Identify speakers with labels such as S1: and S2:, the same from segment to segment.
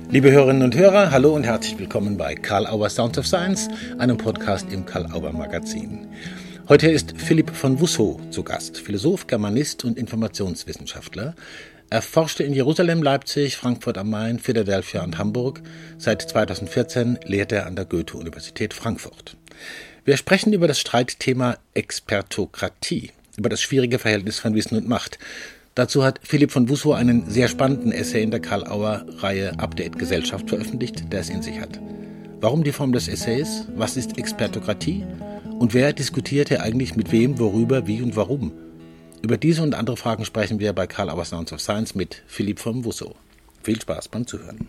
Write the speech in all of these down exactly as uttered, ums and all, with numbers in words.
S1: Liebe Hörerinnen und Hörer, hallo und herzlich willkommen bei Karl Auer Sounds of Science, einem Podcast im Karl Auer Magazin. Heute ist Philipp von Wussow zu Gast, Philosoph, Germanist und Informationswissenschaftler. Er forschte in Jerusalem, Leipzig, Frankfurt am Main, Philadelphia und Hamburg. Seit zweitausendvierzehn lehrt er an der Goethe-Universität Frankfurt. Wir sprechen über das Streitthema Expertokratie, über das schwierige Verhältnis von Wissen und Macht. Dazu hat Philipp von Wussow einen sehr spannenden Essay in der Karl-Auer-Reihe Update Gesellschaft veröffentlicht, der es in sich hat. Warum die Form des Essays? Was ist Expertokratie? Und wer diskutiert hier eigentlich mit wem, worüber, wie und warum? Über diese und andere Fragen sprechen wir bei Karl Auer Sounds of Science mit Philipp von Wussow. Viel Spaß beim Zuhören.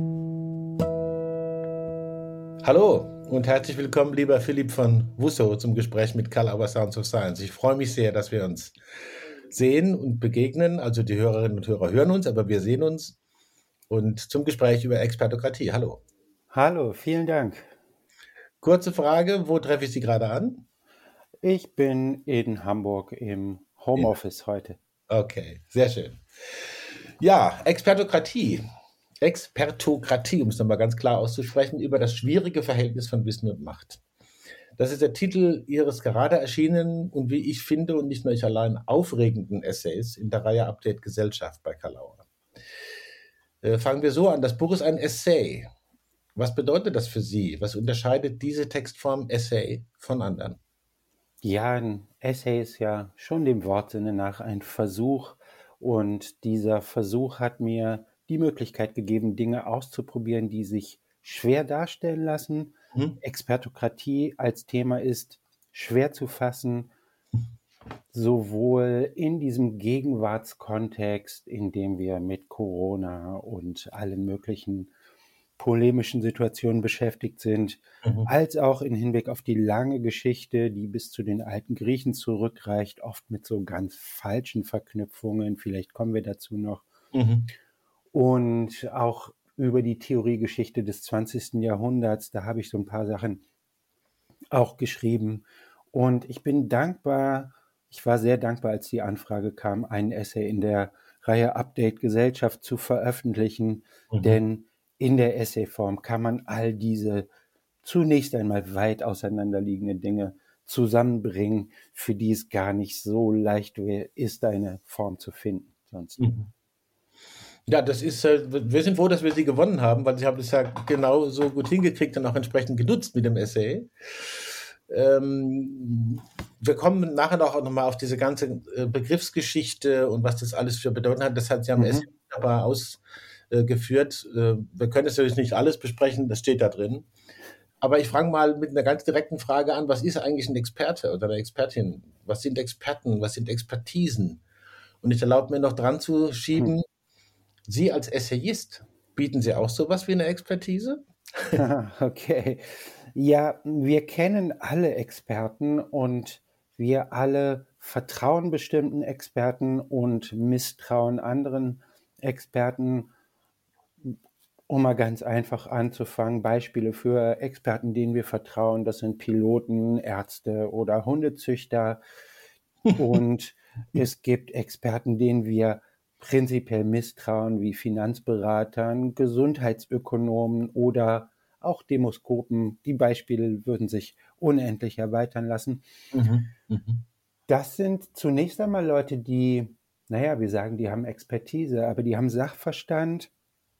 S1: Hallo und herzlich willkommen, lieber Philipp von Wussow, zum Gespräch mit Karl Auer Sounds of Science. Ich freue mich sehr, dass wir uns sehen und begegnen. Also die Hörerinnen und Hörer hören uns, aber wir sehen uns. Und zum Gespräch über Expertokratie. Hallo.
S2: Hallo, vielen Dank.
S1: Kurze Frage, wo treffe ich Sie gerade an?
S2: Ich bin in Hamburg im Homeoffice ja. heute.
S1: Okay, sehr schön. Ja, Expertokratie. Expertokratie, um es nochmal ganz klar auszusprechen, über das schwierige Verhältnis von Wissen und Macht. Das ist der Titel Ihres gerade erschienenen und wie ich finde und nicht nur ich allein aufregenden Essays in der Reihe Update Gesellschaft bei Karl Auer. Äh, fangen wir so an. Das Buch ist ein Essay. Was bedeutet das für Sie? Was unterscheidet diese Textform Essay von anderen?
S2: Ja, ein Essay ist ja schon dem Wortsinne nach ein Versuch. Und dieser Versuch hat mir die Möglichkeit gegeben, Dinge auszuprobieren, die sich schwer darstellen lassen. Hm. Expertokratie als Thema ist schwer zu fassen, sowohl in diesem Gegenwartskontext, in dem wir mit Corona und allen möglichen polemischen Situationen beschäftigt sind, mhm. als auch in Hinblick auf die lange Geschichte, die bis zu den alten Griechen zurückreicht, oft mit so ganz falschen Verknüpfungen. Vielleicht kommen wir dazu noch. Mhm. Und auch über die Theoriegeschichte des zwanzigsten Jahrhunderts, da habe ich so ein paar Sachen auch geschrieben. Und ich bin dankbar, ich war sehr dankbar, als die Anfrage kam, einen Essay in der Reihe Update Gesellschaft zu veröffentlichen, mhm. denn in der Essayform kann man all diese zunächst einmal weit auseinanderliegende Dinge zusammenbringen, für die es gar nicht so leicht ist, eine Form zu finden. Sonst.
S1: Mhm. Ja, das ist, wir sind froh, dass wir Sie gewonnen haben, weil Sie haben das ja genau so gut hingekriegt und auch entsprechend genutzt mit dem Essay. Ähm, wir kommen nachher auch noch mal auf diese ganze Begriffsgeschichte und was das alles für Bedeutung hat. Das hat Sie am mhm. Essay wunderbar ausgeführt. Wir können es natürlich nicht alles besprechen, das steht da drin. Aber ich fange mal mit einer ganz direkten Frage an. Was ist eigentlich ein Experte oder eine Expertin? Was sind Experten? Was sind Expertisen? Und ich erlaube mir noch dran zu schieben, hm. Sie als Essayist, bieten Sie auch sowas wie eine Expertise?
S2: Okay. Ja, wir kennen alle Experten und wir alle vertrauen bestimmten Experten und misstrauen anderen Experten. Um mal ganz einfach anzufangen, Beispiele für Experten, denen wir vertrauen, das sind Piloten, Ärzte oder Hundezüchter. Und es gibt Experten, denen wir prinzipiell misstrauen, wie Finanzberatern, Gesundheitsökonomen oder auch Demoskopen. Die Beispiele würden sich unendlich erweitern lassen. Mhm. Mhm. Das sind zunächst einmal Leute, die, naja, wir sagen, die haben Expertise, aber die haben Sachverstand.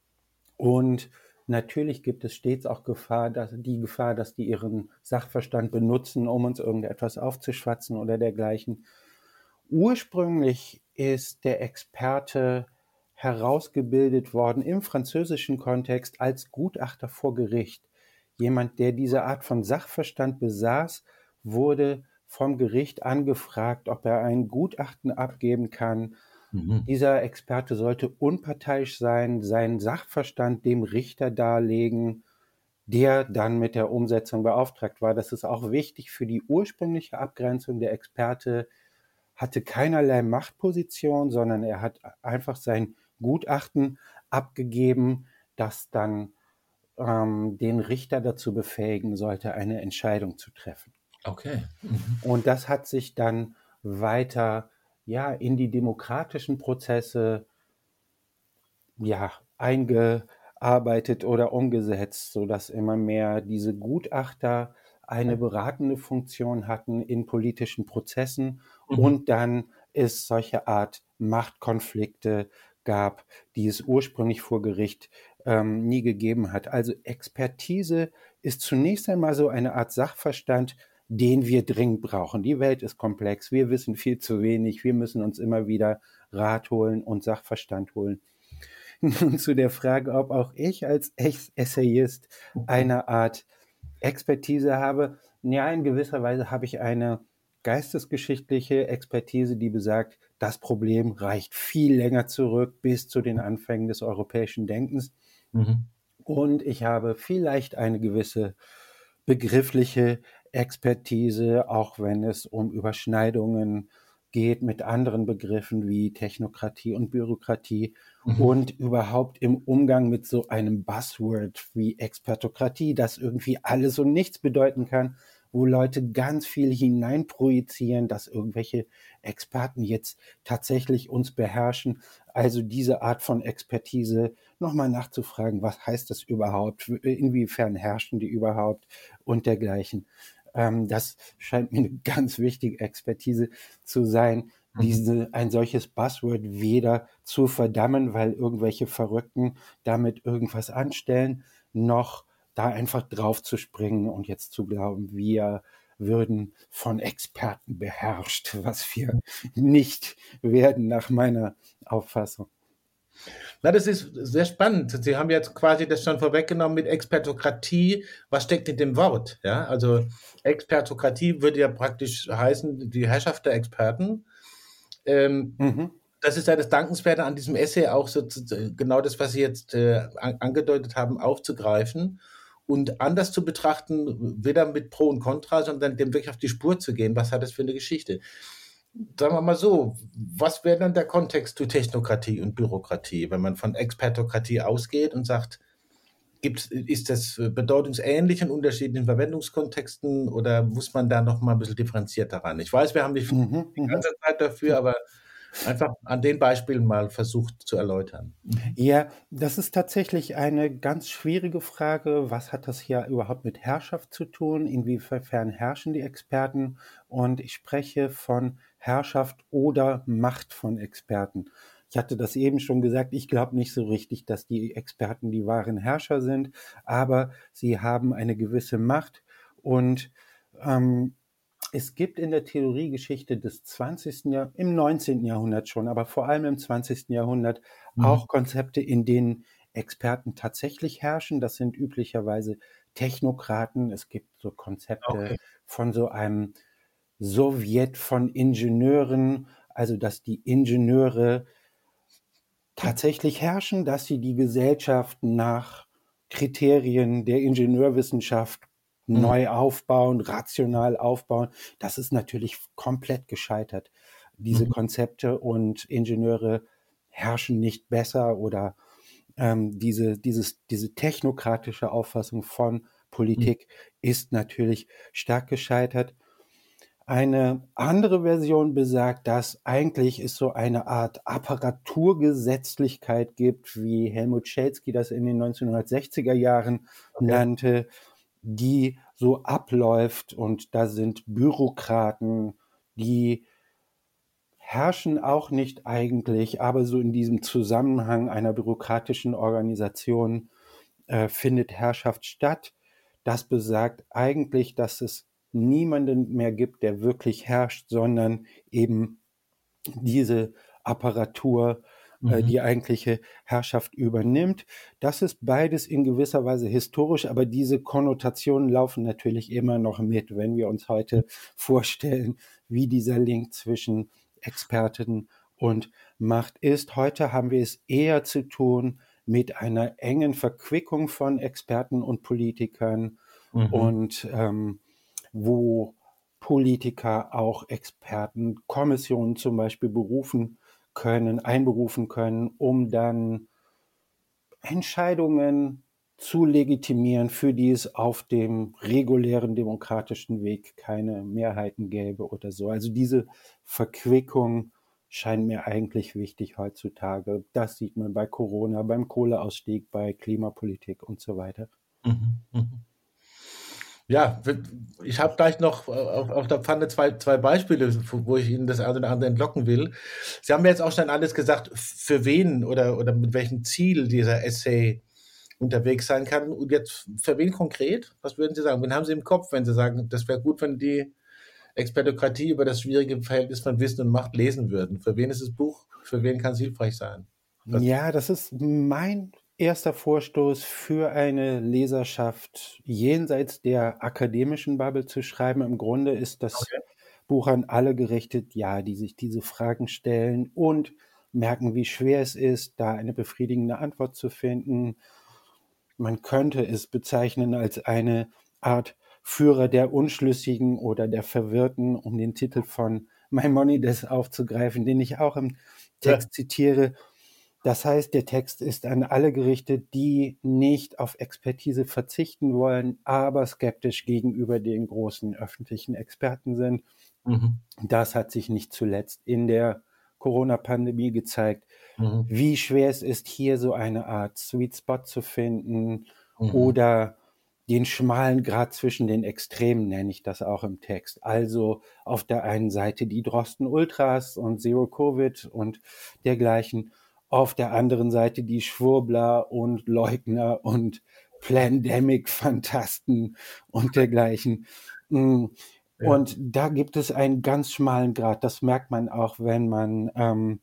S2: Und natürlich gibt es stets auch Gefahr, dass, die Gefahr, dass die ihren Sachverstand benutzen, um uns irgendetwas aufzuschwatzen oder dergleichen. Ursprünglich ist der Experte herausgebildet worden im französischen Kontext als Gutachter vor Gericht. Jemand, der diese Art von Sachverstand besaß, wurde vom Gericht angefragt, ob er ein Gutachten abgeben kann. Mhm. Dieser Experte sollte unparteiisch sein, seinen Sachverstand dem Richter darlegen, der dann mit der Umsetzung beauftragt war. Das ist auch wichtig für die ursprüngliche Abgrenzung. Der Experte hatte keinerlei Machtposition, sondern er hat einfach sein Gutachten abgegeben, das dann ähm, den Richter dazu befähigen sollte, eine Entscheidung zu treffen.
S1: Okay.
S2: Mhm. Und das hat sich dann weiter ja, in die demokratischen Prozesse ja, einge, arbeitet oder umgesetzt, sodass immer mehr diese Gutachter eine beratende Funktion hatten in politischen Prozessen
S1: Mhm.
S2: und dann es solche Art Machtkonflikte gab, die es ursprünglich vor Gericht ähm, nie gegeben hat. Also Expertise ist zunächst einmal so eine Art Sachverstand, den wir dringend brauchen. Die Welt ist komplex, wir wissen viel zu wenig, wir müssen uns immer wieder Rat holen und Sachverstand holen. Nun zu der Frage, ob auch ich als Essayist eine Art Expertise habe. Ja, in gewisser Weise habe ich eine geistesgeschichtliche Expertise, die besagt, das Problem reicht viel länger zurück bis zu den Anfängen des europäischen Denkens.
S1: Mhm.
S2: Und ich habe vielleicht eine gewisse begriffliche Expertise, auch wenn es um Überschneidungen geht mit anderen Begriffen wie Technokratie und Bürokratie
S1: Mhm.
S2: und überhaupt im Umgang mit so einem Buzzword wie Expertokratie, das irgendwie alles und nichts bedeuten kann, wo Leute ganz viel hineinprojizieren, dass irgendwelche Experten jetzt tatsächlich uns beherrschen. Also diese Art von Expertise, nochmal nachzufragen, was heißt das überhaupt, inwiefern herrschen die überhaupt und dergleichen. Ähm, das scheint mir eine ganz wichtige Expertise zu sein,
S1: Mhm.
S2: diese, ein solches Buzzword weder zu verdammen, weil irgendwelche Verrückten damit irgendwas anstellen, noch da einfach drauf zu springen und jetzt zu glauben, wir würden von Experten beherrscht, was wir nicht werden, nach meiner Auffassung.
S1: Na, das ist sehr spannend. Sie haben jetzt quasi das schon vorweggenommen mit Expertokratie. Was steckt in dem Wort? Ja, also Expertokratie würde ja praktisch heißen, die Herrschaft der Experten. Ähm,
S2: Mhm.
S1: das ist ja das Dankenswerte an diesem Essay auch so zu, genau das, was Sie jetzt äh, an, angedeutet haben, aufzugreifen und anders zu betrachten, weder mit Pro und Contra, sondern dem wirklich auf die Spur zu gehen. Was hat das für eine Geschichte? Sagen wir mal so, was wäre dann der Kontext zu Technokratie und Bürokratie, wenn man von Expertokratie ausgeht und sagt, gibt's, ist das bedeutungsähnlich in unterschiedlichen Verwendungskontexten oder muss man da noch mal ein bisschen differenzierter ran? Ich weiß, wir haben nicht
S2: Mhm.
S1: die
S2: Mhm.
S1: ganze Zeit dafür, aber einfach an den Beispielen mal versucht zu erläutern. Mhm.
S2: Ja, das ist tatsächlich eine ganz schwierige Frage. Was hat das hier überhaupt mit Herrschaft zu tun? Inwiefern herrschen die Experten? Und ich spreche von Herrschaft oder Macht von Experten. Ich hatte das eben schon gesagt, ich glaube nicht so richtig, dass die Experten die wahren Herrscher sind, aber sie haben eine gewisse Macht und ähm, es gibt in der Theoriegeschichte des zwanzigsten Jahr im neunzehnten Jahrhundert schon, aber vor allem im zwanzigsten Jahrhundert
S1: Mhm.
S2: auch Konzepte, in denen Experten tatsächlich herrschen. Das sind üblicherweise Technokraten. Es gibt so Konzepte
S1: Okay.
S2: von so einem Sowjet von Ingenieuren, also dass die Ingenieure tatsächlich herrschen, dass sie die Gesellschaft nach Kriterien der Ingenieurwissenschaft
S1: Mhm.
S2: neu aufbauen, rational aufbauen. Das ist natürlich komplett gescheitert, diese
S1: Mhm.
S2: Konzepte, und Ingenieure herrschen nicht besser oder ähm, diese, dieses, diese technokratische Auffassung von
S1: Mhm.
S2: Politik ist natürlich stark gescheitert. Eine andere Version besagt, dass eigentlich es so eine Art Apparaturgesetzlichkeit gibt, wie Helmut Schelsky das in den neunzehnhundertsechziger Jahren
S1: Okay.
S2: nannte, die so abläuft, und da sind Bürokraten, die herrschen auch nicht eigentlich, aber so in diesem Zusammenhang einer bürokratischen Organisation äh, findet Herrschaft statt. Das besagt eigentlich, dass es niemanden mehr gibt, der wirklich herrscht, sondern eben diese Apparatur, äh,
S1: Mhm.
S2: die eigentliche Herrschaft übernimmt. Das ist beides in gewisser Weise historisch, aber diese Konnotationen laufen natürlich immer noch mit, wenn wir uns heute vorstellen, wie dieser Link zwischen Experten und Macht ist. Heute haben wir es eher zu tun mit einer engen Verquickung von Experten und Politikern
S1: Mhm.
S2: und ähm, wo Politiker auch Experten, Kommissionen zum Beispiel berufen können, einberufen können, um dann Entscheidungen zu legitimieren, für die es auf dem regulären demokratischen Weg keine Mehrheiten gäbe oder so. Also diese Verquickung scheint mir eigentlich wichtig heutzutage. Das sieht man bei Corona, beim Kohleausstieg, bei Klimapolitik und so weiter.
S1: Mhm. Mhm. Ja, ich habe gleich noch auf, auf der Pfanne zwei, zwei Beispiele, wo ich Ihnen das eine oder andere entlocken will. Sie haben mir jetzt auch schon alles gesagt, für wen oder, oder mit welchem Ziel dieser Essay unterwegs sein kann. Und jetzt für wen konkret? Was würden Sie sagen? Wen haben Sie im Kopf, wenn Sie sagen, das wäre gut, wenn die Expertokratie über das schwierige Verhältnis von Wissen und Macht lesen würden? Für wen ist das Buch? Für wen kann es hilfreich sein? Was?
S2: Ja, das ist mein erster Vorstoß für eine Leserschaft jenseits der akademischen Bubble zu schreiben. Im Grunde ist das
S1: Okay.
S2: Buch an alle gerichtet, ja, die sich diese Fragen stellen und merken, wie schwer es ist, da eine befriedigende Antwort zu finden. Man könnte es bezeichnen als eine Art Führer der Unschlüssigen oder der Verwirrten, um den Titel von Maimonides aufzugreifen, den ich auch im Text
S1: Ja.
S2: zitiere. Das heißt, der Text ist an alle gerichtet, die nicht auf Expertise verzichten wollen, aber skeptisch gegenüber den großen öffentlichen Experten sind.
S1: Mhm.
S2: Das hat sich nicht zuletzt in der Corona-Pandemie gezeigt,
S1: Mhm.
S2: wie schwer es ist, hier so eine Art Sweet Spot zu finden
S1: Mhm.
S2: oder den schmalen Grat zwischen den Extremen, nenne ich das auch im Text. Also auf der einen Seite die Drosten Ultras und Zero Covid und dergleichen, auf der anderen Seite die Schwurbler und Leugner und Plandemic-Phantasten und dergleichen. Mm.
S1: Ja.
S2: Und da gibt es einen ganz schmalen Grat. Das merkt man auch, wenn man ähm,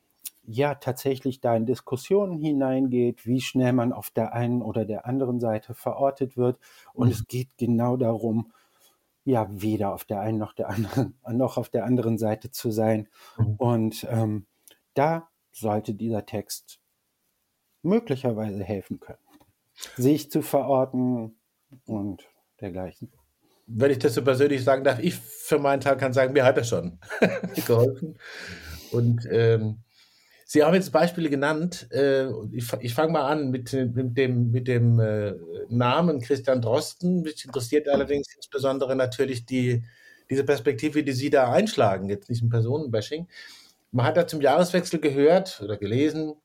S2: ja tatsächlich da in Diskussionen hineingeht, wie schnell man auf der einen oder der anderen Seite verortet wird. Und
S1: Mhm.
S2: es geht genau darum, ja, weder auf der einen noch der anderen, noch auf der anderen Seite zu sein.
S1: Mhm.
S2: Und ähm, da sollte dieser Text möglicherweise helfen können, sich zu verorten und dergleichen.
S1: Wenn ich das so persönlich sagen darf, ich für meinen Teil kann sagen, mir hat das schon geholfen. Und ähm, Sie haben jetzt Beispiele genannt. Äh, ich ich fange mal an mit, mit dem, mit dem äh, Namen Christian Drosten. Mich interessiert allerdings insbesondere natürlich die, diese Perspektive, die Sie da einschlagen, jetzt nicht ein Personenbashing. Man hat da zum Jahreswechsel gehört oder gelesen,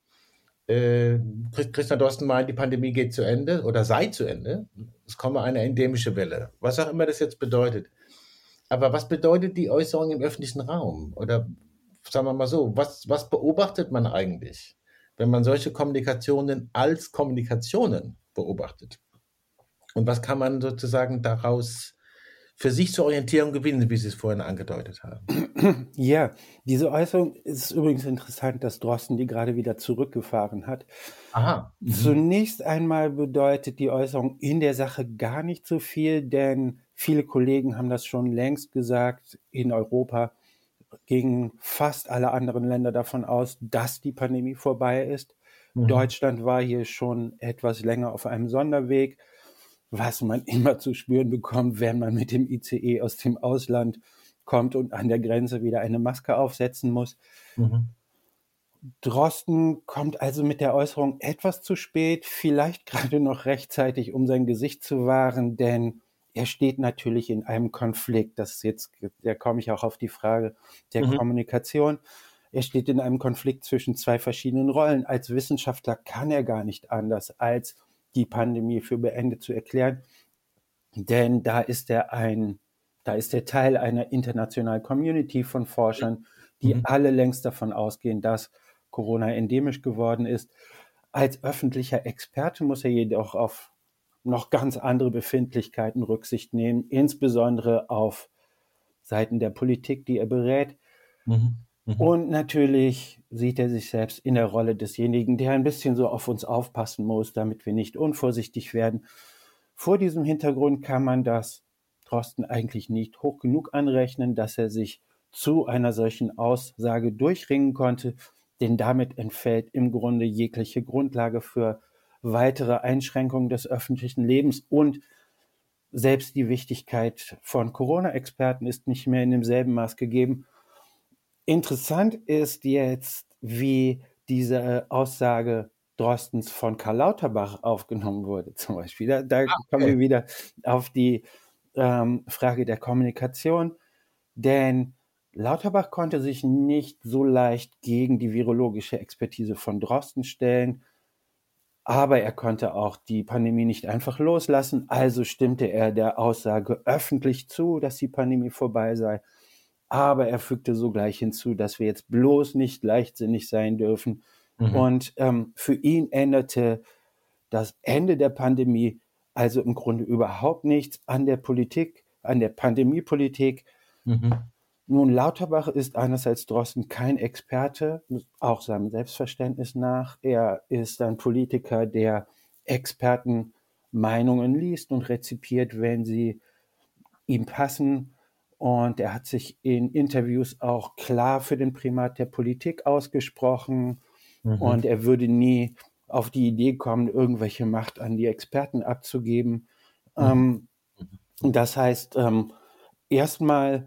S1: äh, Christian Drosten meint, die Pandemie geht zu Ende oder sei zu Ende. Es komme eine endemische Welle, was auch immer das jetzt bedeutet. Aber was bedeutet die Äußerung im öffentlichen Raum? Oder sagen wir mal so, was, was beobachtet man eigentlich, wenn man solche Kommunikationen als Kommunikationen beobachtet? Und was kann man sozusagen daraus für sich zur Orientierung gewinnen, wie Sie es vorhin angedeutet haben?
S2: Ja, diese Äußerung ist übrigens interessant, dass Drosten die gerade wieder zurückgefahren hat.
S1: Aha. Mhm.
S2: Zunächst einmal bedeutet die Äußerung in der Sache gar nicht so viel, denn viele Kollegen haben das schon längst gesagt. In Europa gingen fast alle anderen Länder davon aus, dass die Pandemie vorbei ist.
S1: Mhm.
S2: Deutschland war hier schon etwas länger auf einem Sonderweg, was man immer zu spüren bekommt, wenn man mit dem I C E aus dem Ausland kommt und an der Grenze wieder eine Maske aufsetzen muss.
S1: Mhm.
S2: Drosten kommt also mit der Äußerung etwas zu spät, vielleicht gerade noch rechtzeitig, um sein Gesicht zu wahren, denn er steht natürlich in einem Konflikt. Das ist jetzt, da komme ich auch auf die Frage der
S1: Mhm.
S2: Kommunikation. Er steht in einem Konflikt zwischen zwei verschiedenen Rollen. Als Wissenschaftler kann er gar nicht anders, als die Pandemie für beendet zu erklären, denn da ist er ein, da ist er Teil einer internationalen Community von Forschern, die
S1: Mhm.
S2: alle längst davon ausgehen, dass Corona endemisch geworden ist. Als öffentlicher Experte muss er jedoch auf noch ganz andere Befindlichkeiten Rücksicht nehmen, insbesondere auf Seiten der Politik, die er berät.
S1: Mhm. Mhm.
S2: Und natürlich sieht er sich selbst in der Rolle desjenigen, der ein bisschen so auf uns aufpassen muss, damit wir nicht unvorsichtig werden. Vor diesem Hintergrund kann man das Drosten eigentlich nicht hoch genug anrechnen, dass er sich zu einer solchen Aussage durchringen konnte, denn damit entfällt im Grunde jegliche Grundlage für weitere Einschränkungen des öffentlichen Lebens und selbst die Wichtigkeit von Corona-Experten ist nicht mehr in demselben Maß gegeben. Interessant ist jetzt, wie diese Aussage Drostens von Karl Lauterbach aufgenommen wurde, zum Beispiel. Da, da
S1: Ah,
S2: kommen
S1: okay.
S2: wir wieder auf die ähm, Frage der Kommunikation, denn Lauterbach konnte sich nicht so leicht gegen die virologische Expertise von Drosten stellen, aber er konnte auch die Pandemie nicht einfach loslassen, also stimmte er der Aussage öffentlich zu, dass die Pandemie vorbei sei. Aber er fügte sogleich hinzu, dass wir jetzt bloß nicht leichtsinnig sein dürfen. Mhm. Und ähm, für ihn änderte das Ende der Pandemie also im Grunde überhaupt nichts an der Politik, an der Pandemiepolitik. Mhm. Nun, Lauterbach ist anders als Drosten kein Experte, auch seinem Selbstverständnis nach. Er ist ein Politiker, der Expertenmeinungen liest und rezipiert, wenn sie ihm passen. Und er hat sich in Interviews auch klar für den Primat der Politik ausgesprochen. Mhm. Und er würde nie auf die Idee kommen, irgendwelche Macht an die Experten abzugeben. Mhm. Ähm, das heißt, ähm, erstmal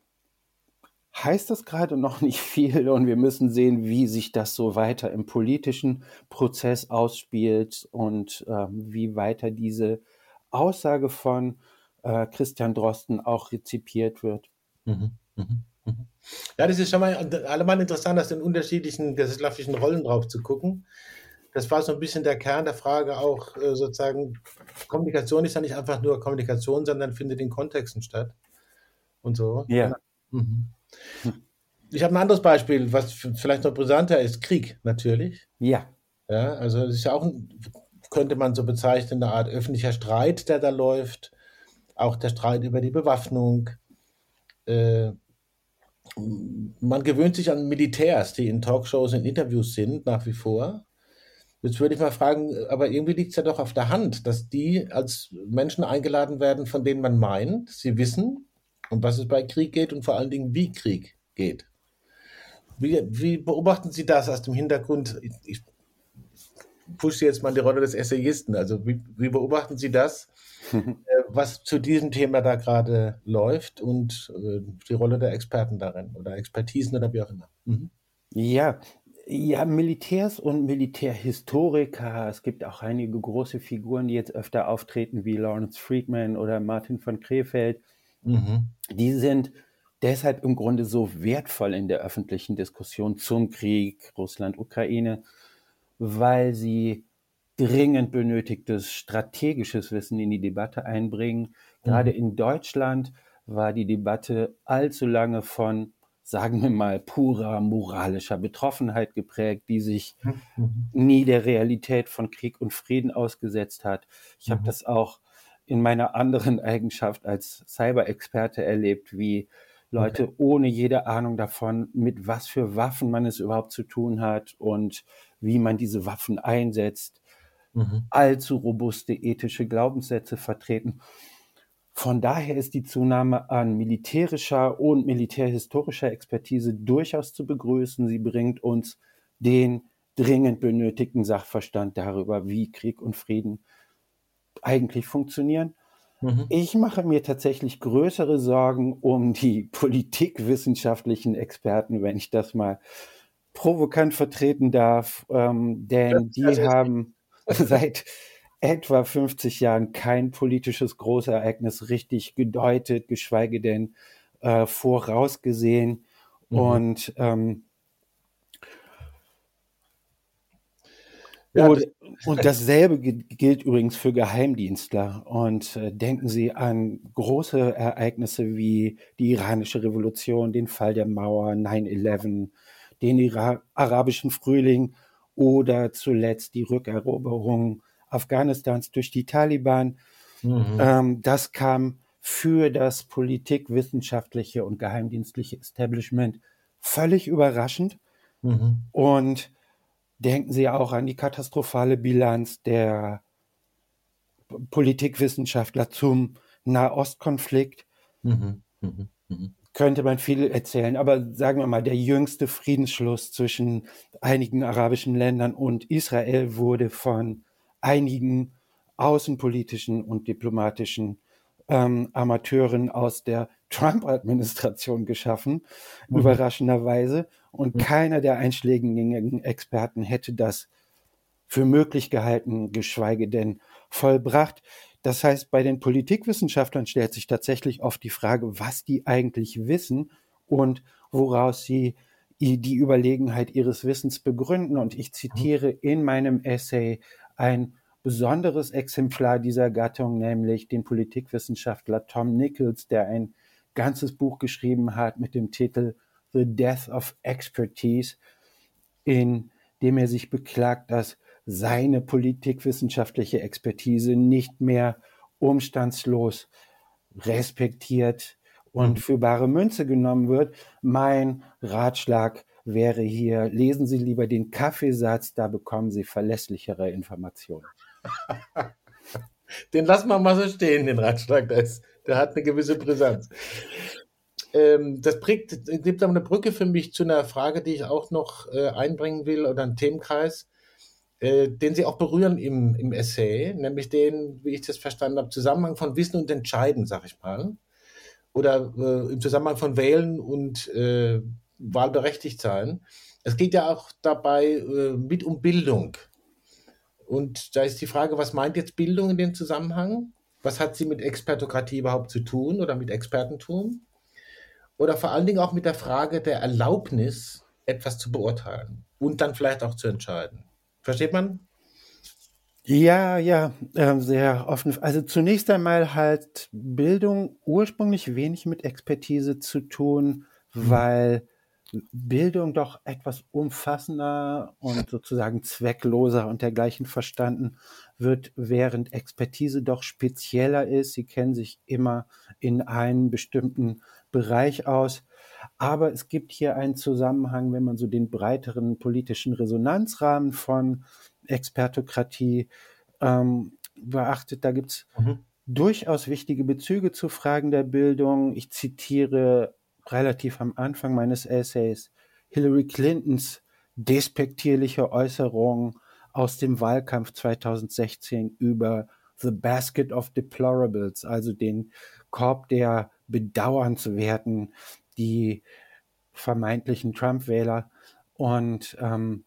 S2: heißt das gerade noch nicht viel und wir müssen sehen, wie sich das so weiter im politischen Prozess ausspielt und äh, wie weiter diese Aussage von äh, Christian Drosten auch rezipiert wird.
S1: Mhm, mhm, mhm. Ja, das ist schon mal allemal interessant, aus den unterschiedlichen gesellschaftlichen Rollen drauf zu gucken. Das war so ein bisschen der Kern der Frage auch äh, sozusagen, Kommunikation ist ja nicht einfach nur Kommunikation, sondern findet in Kontexten statt und so.
S2: Ja.
S1: Ja. Mhm. Ich habe ein anderes Beispiel, was vielleicht noch brisanter ist, Krieg natürlich.
S2: Ja.
S1: Ja, also es ist ja auch, ein, könnte man so bezeichnen, eine Art öffentlicher Streit, der da läuft. Auch der Streit über die Bewaffnung. Äh, man gewöhnt sich an Militärs, die in Talkshows und Interviews sind, nach wie vor. Jetzt würde ich mal fragen, aber irgendwie liegt es ja doch auf der Hand, dass die als Menschen eingeladen werden, von denen man meint, sie wissen, um was es bei Krieg geht und vor allen Dingen, wie Krieg geht. Wie, wie beobachten Sie das aus dem Hintergrund? Ich, ich pushe jetzt mal die Rolle des Essayisten. Also wie, wie beobachten Sie das, äh, was zu diesem Thema da gerade läuft und äh, die Rolle der Experten darin oder Expertisen oder wie auch immer? Mhm.
S2: Ja, ja, Militärs und Militärhistoriker. Es gibt auch einige große Figuren, die jetzt öfter auftreten, wie Lawrence Friedman oder Martin von Krefeld. Mhm. Die sind deshalb im Grunde so wertvoll in der öffentlichen Diskussion zum Krieg Russland-Ukraine, weil sie dringend benötigtes strategisches Wissen in die Debatte einbringen. Gerade mhm. in Deutschland war die Debatte allzu lange von, sagen wir mal, purer moralischer Betroffenheit geprägt, die sich mhm. nie der Realität von Krieg und Frieden ausgesetzt hat. Ich mhm. habe das auch in meiner anderen Eigenschaft als Cyber-Experte erlebt, wie Leute okay. ohne jede Ahnung davon, mit was für Waffen man es überhaupt zu tun hat und wie man diese Waffen einsetzt, mhm. allzu robuste ethische Glaubenssätze vertreten. Von daher ist die Zunahme an militärischer und militärhistorischer Expertise durchaus zu begrüßen. Sie bringt uns den dringend benötigten Sachverstand darüber, wie Krieg und Frieden eigentlich funktionieren. Mhm. Ich mache mir tatsächlich größere Sorgen um die politikwissenschaftlichen Experten, wenn ich das mal provokant vertreten darf, ähm, denn die haben seit etwa fünfzig Jahren kein politisches Großereignis richtig gedeutet, geschweige denn äh, vorausgesehen. Mhm. Und ähm,
S1: Ja,
S2: und, und dasselbe gilt übrigens für Geheimdienstler. Und äh, denken Sie an große Ereignisse wie die iranische Revolution, den Fall der Mauer, neun elf, den Ira- arabischen Frühling oder zuletzt die Rückeroberung Afghanistans durch die Taliban. Mhm. Ähm, das kam für das politikwissenschaftliche und geheimdienstliche Establishment völlig überraschend. Mhm. Und denken Sie auch an die katastrophale Bilanz der Politikwissenschaftler zum Nahostkonflikt. Mhm. Mhm. Mhm. Könnte man viel erzählen, aber sagen wir mal, der jüngste Friedensschluss zwischen einigen arabischen Ländern und Israel wurde von einigen außenpolitischen und diplomatischen ähm, Amateuren aus der Trump-Administration geschaffen, mhm. überraschenderweise. Und mhm. keiner der einschlägigen Experten hätte das für möglich gehalten, geschweige denn vollbracht. Das heißt, bei den Politikwissenschaftlern stellt sich tatsächlich oft die Frage, was die eigentlich wissen und woraus sie die Überlegenheit ihres Wissens begründen. Und ich zitiere in meinem Essay ein besonderes Exemplar dieser Gattung, nämlich den Politikwissenschaftler Tom Nichols, der ein ganzes Buch geschrieben hat mit dem Titel The Death of Expertise, in dem er sich beklagt, dass seine politikwissenschaftliche Expertise nicht mehr umstandslos respektiert und für bare Münze genommen wird. Mein Ratschlag wäre hier, lesen Sie lieber den Kaffeesatz, da bekommen Sie verlässlichere Informationen.
S1: Den lassen wir mal so stehen, den Ratschlag, der, ist, der hat eine gewisse Brisanz. Ähm, das prägt, gibt aber eine Brücke für mich zu einer Frage, die ich auch noch äh, einbringen will, oder einen Themenkreis, äh, den Sie auch berühren im, im Essay, nämlich den, wie ich das verstanden habe, Zusammenhang von Wissen und Entscheiden, sag ich mal. Oder äh, im Zusammenhang von Wählen und äh, wahlberechtigt sein. Es geht ja auch dabei äh, mit um Bildung. Und da ist die Frage, was meint jetzt Bildung in dem Zusammenhang? Was hat sie mit Expertokratie überhaupt zu tun oder mit Expertentum? Oder vor allen Dingen auch mit der Frage der Erlaubnis, etwas zu beurteilen und dann vielleicht auch zu entscheiden. Versteht man?
S2: Ja, ja, äh, sehr offen. Also zunächst einmal hat Bildung ursprünglich wenig mit Expertise zu tun, weil Bildung doch etwas umfassender und sozusagen zweckloser und dergleichen verstanden wird, während Expertise doch spezieller ist. Sie kennen sich immer in einem bestimmten Bereich aus. Aber es gibt hier einen Zusammenhang, wenn man so den breiteren politischen Resonanzrahmen von Expertokratie ähm, beachtet. Da gibt es mhm. durchaus wichtige Bezüge zu Fragen der Bildung. Ich zitiere relativ am Anfang meines Essays Hillary Clintons despektierliche Äußerung aus dem Wahlkampf zweitausendsechzehn über The Basket of Deplorables, also den Korb der Bedauernswerten, die vermeintlichen Trump-Wähler. Und ähm,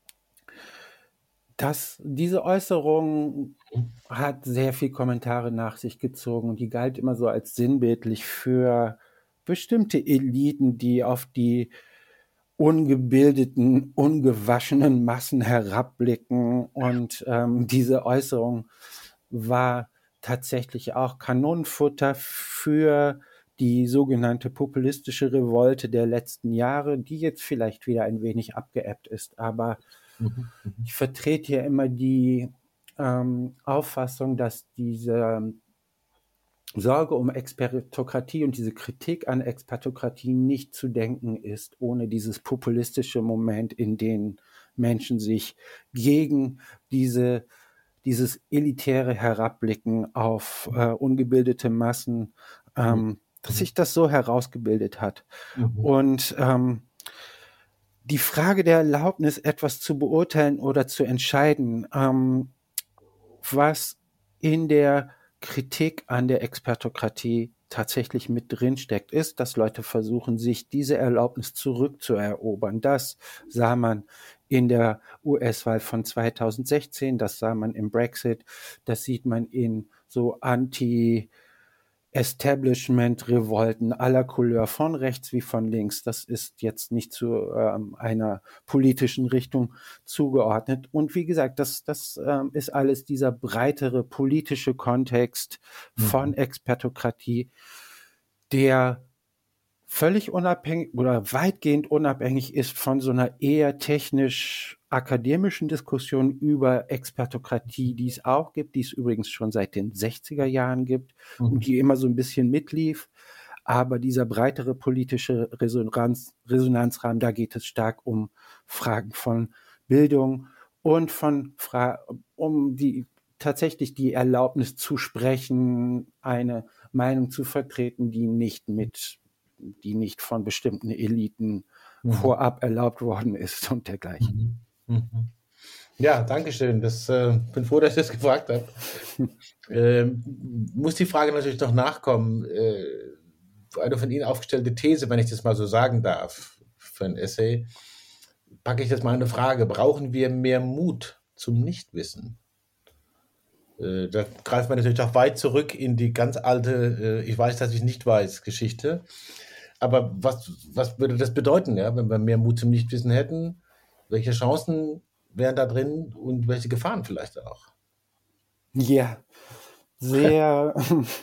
S2: das, diese Äußerung hat sehr viel Kommentare nach sich gezogen und die galt immer so als sinnbildlich für bestimmte Eliten, die auf die ungebildeten, ungewaschenen Massen herabblicken. Und ähm, diese Äußerung war tatsächlich auch Kanonenfutter für die sogenannte populistische Revolte der letzten Jahre, die jetzt vielleicht wieder ein wenig abgeebbt ist. Aber mhm. ich vertrete hier immer die ähm, Auffassung, dass diese Sorge um Expertokratie und diese Kritik an Expertokratie nicht zu denken ist, ohne dieses populistische Moment, in dem Menschen sich gegen diese, dieses elitäre Herabblicken auf äh, ungebildete Massen, ähm, mhm. dass sich das so herausgebildet hat. Mhm. Und ähm, die Frage der Erlaubnis, etwas zu beurteilen oder zu entscheiden, ähm, was in der Kritik an der Expertokratie tatsächlich mit drin steckt, ist, dass Leute versuchen, sich diese Erlaubnis zurückzuerobern. Das sah man in der U S-Wahl von zweitausendsechzehn, das sah man im Brexit, das sieht man in so anti Establishment-Revolten aller Couleur, von rechts wie von links. Das ist jetzt nicht zu ähm, einer politischen Richtung zugeordnet. Und wie gesagt, das, das ähm, ist alles dieser breitere politische Kontext von Expertokratie, der völlig unabhängig oder weitgehend unabhängig ist von so einer eher technisch-akademischen Diskussion über Expertokratie, die es auch gibt, die es übrigens schon seit den sechziger Jahren gibt mhm. und die immer so ein bisschen mitlief. Aber dieser breitere politische Resonanz, Resonanzrahmen, da geht es stark um Fragen von Bildung und von Fra- um die tatsächlich die Erlaubnis zu sprechen, eine Meinung zu vertreten, die nicht mit die nicht von bestimmten Eliten mhm. vorab erlaubt worden ist und dergleichen.
S1: Mhm. Ja, danke schön. Das äh, bin froh, dass ich das gefragt habe. ähm, muss die Frage natürlich noch nachkommen. Äh, eine von Ihnen aufgestellte These, wenn ich das mal so sagen darf, für ein Essay, packe ich das mal eine Frage. Brauchen wir mehr Mut zum Nichtwissen? Äh, da greift man natürlich auch weit zurück in die ganz alte, äh, ich weiß, dass ich nicht weiß, Geschichte. Aber was, was würde das bedeuten, ja, wenn wir mehr Mut zum Nichtwissen hätten? Welche Chancen wären da drin und welche Gefahren vielleicht auch?
S2: Ja, sehr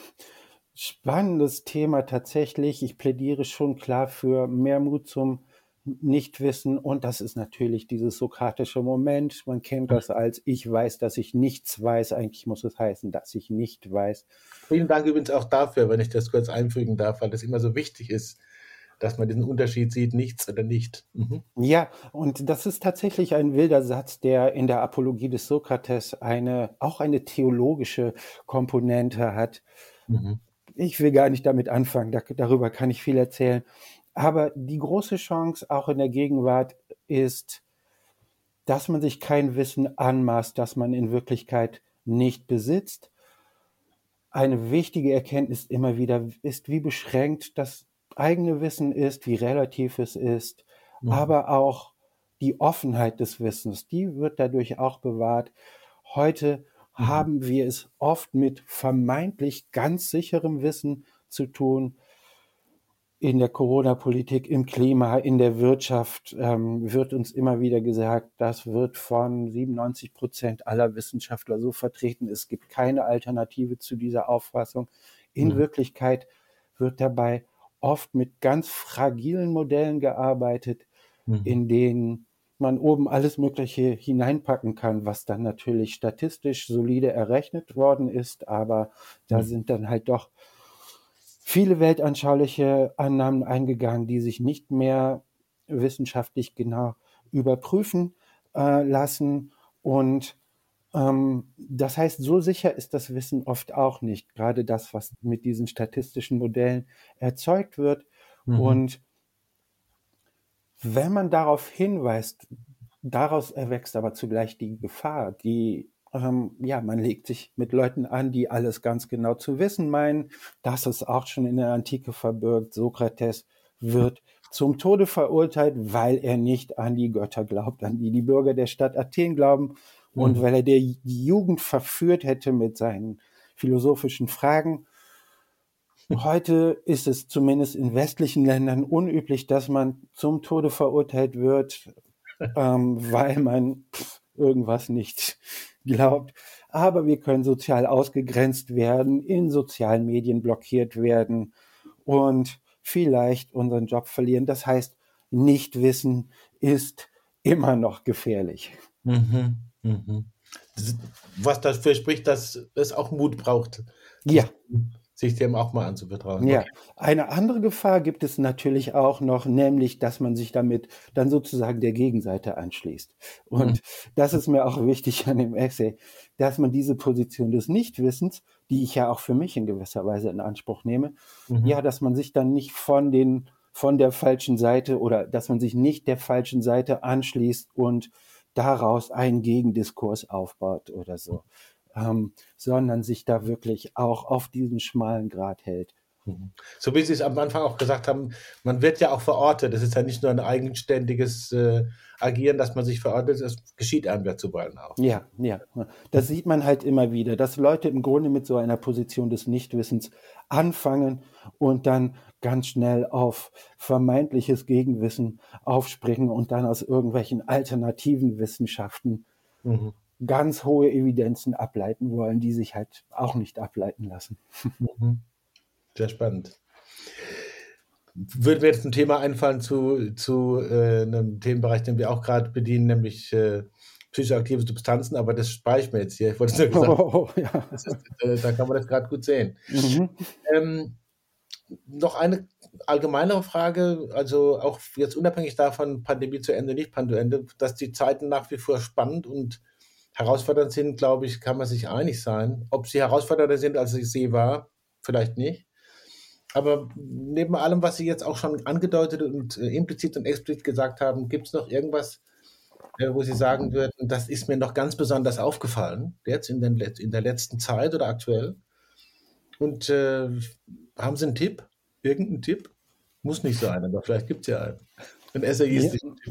S2: spannendes Thema tatsächlich. Ich plädiere schon klar für mehr Mut zum Nichtwissen und das ist natürlich dieses sokratische Moment. Man kennt das als ich weiß, dass ich nichts weiß. Eigentlich muss es heißen, dass ich nicht weiß.
S1: Vielen Dank übrigens auch dafür, wenn ich das kurz einfügen darf, weil das immer so wichtig ist, dass man diesen Unterschied sieht, nichts oder nicht. Mhm.
S2: Ja, und das ist tatsächlich ein wilder Satz, der in der Apologie des Sokrates eine, auch eine theologische Komponente hat.
S1: Mhm.
S2: Ich will gar nicht damit anfangen, da, darüber kann ich viel erzählen. Aber die große Chance auch in der Gegenwart ist, dass man sich kein Wissen anmaßt, das man in Wirklichkeit nicht besitzt. Eine wichtige Erkenntnis immer wieder ist, wie beschränkt das eigene Wissen ist, wie relativ es ist,
S1: Mhm.
S2: aber auch die Offenheit des Wissens, die wird dadurch auch bewahrt. Heute
S1: Mhm.
S2: haben wir es oft mit vermeintlich ganz sicherem Wissen zu tun. In der Corona-Politik, im Klima, in der Wirtschaft ähm, wird uns immer wieder gesagt, das wird von siebenundneunzig Prozent aller Wissenschaftler so vertreten. Es gibt keine Alternative zu dieser Auffassung. In
S1: Mhm.
S2: Wirklichkeit wird dabei oft mit ganz fragilen Modellen gearbeitet,
S1: Mhm.
S2: in denen man oben alles Mögliche hineinpacken kann, was dann natürlich statistisch solide errechnet worden ist, aber da
S1: Mhm.
S2: sind dann halt doch viele weltanschauliche Annahmen eingegangen, die sich nicht mehr wissenschaftlich genau überprüfen äh, lassen. Und ähm, das heißt, so sicher ist das Wissen oft auch nicht, gerade das, was mit diesen statistischen Modellen erzeugt wird.
S1: Mhm.
S2: Und wenn man darauf hinweist, daraus erwächst aber zugleich die Gefahr, die ähm, ja, man legt sich mit Leuten an, die alles ganz genau zu wissen meinen. Das ist auch schon in der Antike verbirgt. Sokrates wird zum Tode verurteilt, weil er nicht an die Götter glaubt, an die die Bürger der Stadt Athen glauben und
S1: Mhm.
S2: weil er der, die Jugend verführt hätte mit seinen philosophischen Fragen. Heute ist es zumindest in westlichen Ländern unüblich, dass man zum Tode verurteilt wird, ähm, weil man pff, irgendwas nicht glaubt. Aber wir können sozial ausgegrenzt werden, in sozialen Medien blockiert werden und vielleicht unseren Job verlieren. Das heißt, Nichtwissen ist immer noch gefährlich.
S1: Mhm. Mhm. Das ist, was dafür spricht, dass es auch Mut braucht,
S2: Ja.
S1: sich, sich dem auch mal anzuvertrauen.
S2: Ja,
S1: Okay.
S2: eine andere Gefahr gibt es natürlich auch noch, nämlich, dass man sich damit dann sozusagen der Gegenseite anschließt. Und
S1: Mhm.
S2: das ist mir auch wichtig an dem Essay, dass man diese Position des Nichtwissens, die ich ja auch für mich in gewisser Weise in Anspruch nehme,
S1: Mhm.
S2: ja, dass man sich dann nicht von den, von der falschen Seite oder dass man sich nicht der falschen Seite anschließt und daraus einen Gegendiskurs aufbaut oder so, ähm, sondern sich da wirklich auch auf diesen schmalen Grat hält.
S1: Mhm. So wie Sie es am Anfang auch gesagt haben, man wird ja auch verortet. Das ist ja nicht nur ein eigenständiges äh, Agieren, dass man sich verortet, es geschieht einem ja zuweilen auch.
S2: Ja, ja. Das sieht man halt immer wieder, dass Leute im Grunde mit so einer Position des Nichtwissens anfangen und dann ganz schnell auf vermeintliches Gegenwissen aufspringen und dann aus irgendwelchen alternativen Wissenschaften
S1: Mhm.
S2: ganz hohe Evidenzen ableiten wollen, die sich halt auch nicht ableiten lassen.
S1: Mhm. Sehr spannend. Würde mir jetzt ein Thema einfallen zu, zu äh, einem Themenbereich, den wir auch gerade bedienen, nämlich äh, psychoaktive Substanzen, aber das spare ich mir jetzt hier. Ich wollte es nur gesagt,
S2: Oh, ja.
S1: das ist, äh, da kann man das gerade gut sehen.
S2: Mhm.
S1: Ähm, noch eine allgemeinere Frage, also auch jetzt unabhängig davon, Pandemie zu Ende, nicht Pandemie, dass die Zeiten nach wie vor spannend und herausfordernd sind, glaube ich, kann man sich einig sein. Ob sie herausfordernder sind, als ich sie war, vielleicht nicht. Aber neben allem, was Sie jetzt auch schon angedeutet und äh, implizit und explizit gesagt haben, gibt es noch irgendwas, äh, wo Sie sagen würden, das ist mir noch ganz besonders aufgefallen, jetzt in, den, Let- in der letzten Zeit oder aktuell? Und äh, haben Sie einen Tipp? Irgendeinen Tipp? Muss nicht sein, aber vielleicht gibt es ja einen. Ein
S2: Ja.
S1: essayistischen Tipp.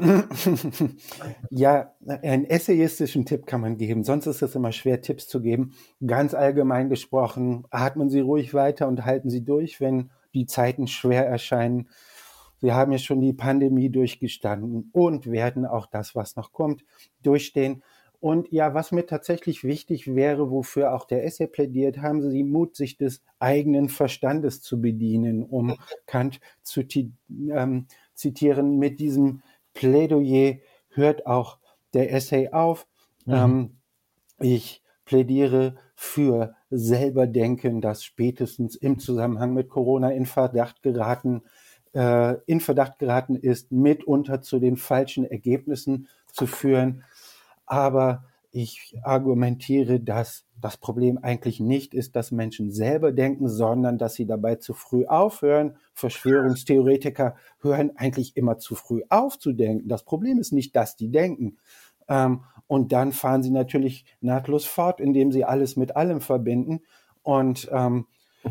S2: Ja, einen essayistischen Tipp kann man geben. Sonst ist es immer schwer, Tipps zu geben. Ganz allgemein gesprochen, atmen Sie ruhig weiter und halten Sie durch, wenn die Zeiten schwer erscheinen. wir haben ja schon die Pandemie durchgestanden und werden auch das, was noch kommt, durchstehen. Und ja, was mir tatsächlich wichtig wäre, wofür auch der Essay plädiert, haben Sie Mut, sich des eigenen Verstandes zu bedienen, um Kant zu ähm, zitieren. Mit diesem Plädoyer hört auch der Essay auf. Mhm. Ähm, ich plädiere für Selberdenken, das spätestens im Zusammenhang mit Corona in Verdacht geraten, äh, in Verdacht geraten ist, mitunter zu den falschen Ergebnissen zu führen. Aber ich argumentiere, dass das Problem eigentlich nicht ist, dass Menschen selber denken, sondern dass sie dabei zu früh aufhören. Verschwörungstheoretiker hören eigentlich immer zu früh auf zu denken. Das Problem ist nicht, dass die denken. Ähm, und dann fahren sie natürlich nahtlos fort, indem sie alles mit allem verbinden. Und ähm,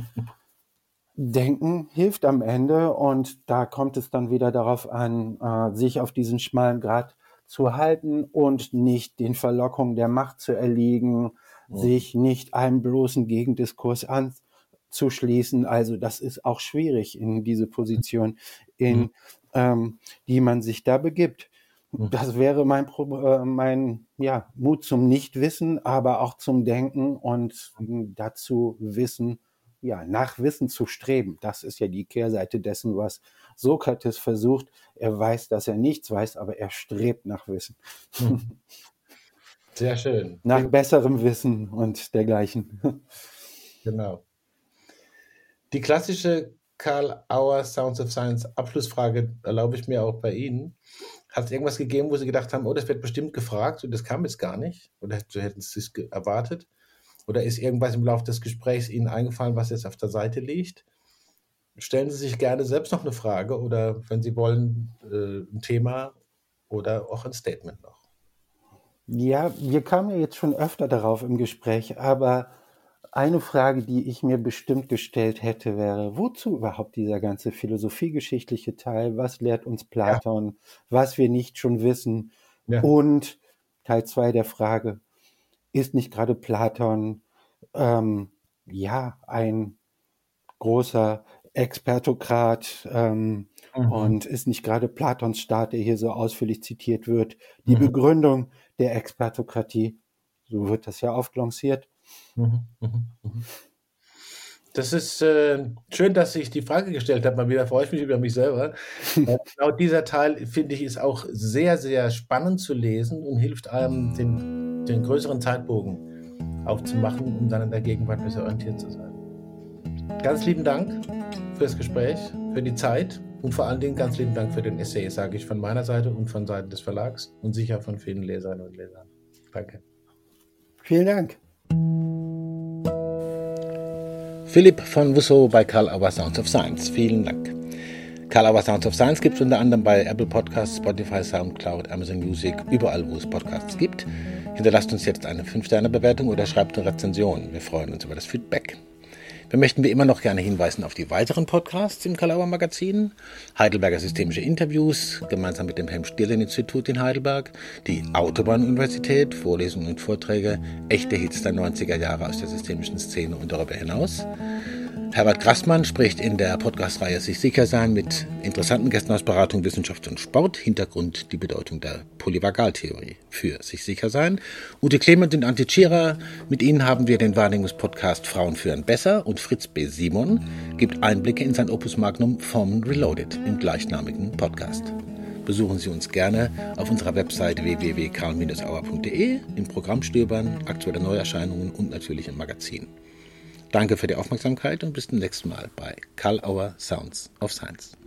S2: Denken hilft am Ende. Und da kommt es dann wieder darauf an, äh, sich auf diesen schmalen Grat zu halten und nicht den Verlockungen der Macht zu erliegen, ja. sich nicht einem bloßen Gegendiskurs anzuschließen. Also das ist auch schwierig in diese Position, in mhm. ähm, die man sich da begibt. Mhm. Das wäre mein, äh, mein ja, Mut zum Nichtwissen, aber auch zum Denken und äh, dazu Wissen, ja, nach Wissen zu streben. Das ist ja die Kehrseite dessen, was Sokrates versucht. Er weiß, dass er nichts weiß, aber er strebt nach Wissen.
S1: Sehr schön.
S2: Nach Klingt besserem Wissen und dergleichen.
S1: Genau. Die klassische Karl Auer Sounds of Science Abschlussfrage erlaube ich mir auch bei Ihnen. Hat es irgendwas gegeben, wo Sie gedacht haben, oh, das wird bestimmt gefragt und das kam jetzt gar nicht? Oder hätten Sie es erwartet? Oder ist irgendwas im Laufe des Gesprächs Ihnen eingefallen, was jetzt auf der Seite liegt? Stellen Sie sich gerne selbst noch eine Frage oder, wenn Sie wollen, ein Thema oder auch ein Statement noch.
S2: Ja, wir kamen ja jetzt schon öfter darauf im Gespräch, aber eine Frage, die ich mir bestimmt gestellt hätte, wäre, wozu überhaupt dieser ganze philosophiegeschichtliche Teil? Was lehrt uns Platon, ja. was wir nicht schon wissen? Ja. Und Teil zwei der Frage, ist nicht gerade Platon ähm, ja ein großer Expertokrat ähm, mhm. und ist nicht gerade Platons Staat, der hier so ausführlich zitiert wird, die mhm. Begründung der Expertokratie? So wird das ja oft lanciert.
S1: Mhm. Mhm. Das ist äh, schön, dass ich die Frage gestellt habe. Mal wieder freue ich mich über mich selber. äh, genau dieser Teil, finde ich, ist auch sehr, sehr spannend zu lesen und hilft einem, den, den größeren Zeitbogen aufzumachen, um dann in der Gegenwart besser orientiert zu sein. Ganz lieben Dank fürs Gespräch, für die Zeit und vor allen Dingen ganz lieben Dank für den Essay, sage ich von meiner Seite und von Seiten des Verlags und sicher von vielen Leserinnen und Lesern. Danke.
S2: Vielen Dank.
S1: Philipp von Wussow bei Karl Auer Sounds of Science. Vielen Dank. Karl Auer Sounds of Science gibt es unter anderem bei Apple Podcasts, Spotify, Soundcloud, Amazon Music, überall, wo es Podcasts gibt. Hinterlasst uns jetzt eine fünf Sterne Bewertung oder schreibt eine Rezension. Wir freuen uns über das Feedback. Wir möchten wie immer noch gerne hinweisen auf die weiteren Podcasts im Karl Auer Magazin. Heidelberger Systemische Interviews, gemeinsam mit dem Helm-Stierlin-Institut in Heidelberg. Die Autobahn-Universität, Vorlesungen und Vorträge, echte Hits der neunziger Jahre aus der systemischen Szene und darüber hinaus. Herbert Grassmann spricht in der Podcast-Reihe Sich sicher sein mit interessanten Gästen aus Beratung, Wissenschaft und Sport. Hintergrund die Bedeutung der Polyvagaltheorie für Sich sicher sein. Ute Clement und Antje Tschira, mit ihnen haben wir den Wahrnehmungspodcast Frauen führen besser und Fritz B. Simon gibt Einblicke in sein Opus Magnum Formen Reloaded im gleichnamigen Podcast. Besuchen Sie uns gerne auf unserer Website w w w punkt karl Bindestrich auer punkt d e, im Programm stöbern, aktuelle Neuerscheinungen und natürlich im Magazin. Danke für die Aufmerksamkeit und bis zum nächsten Mal bei Karl Auer Sounds of Science.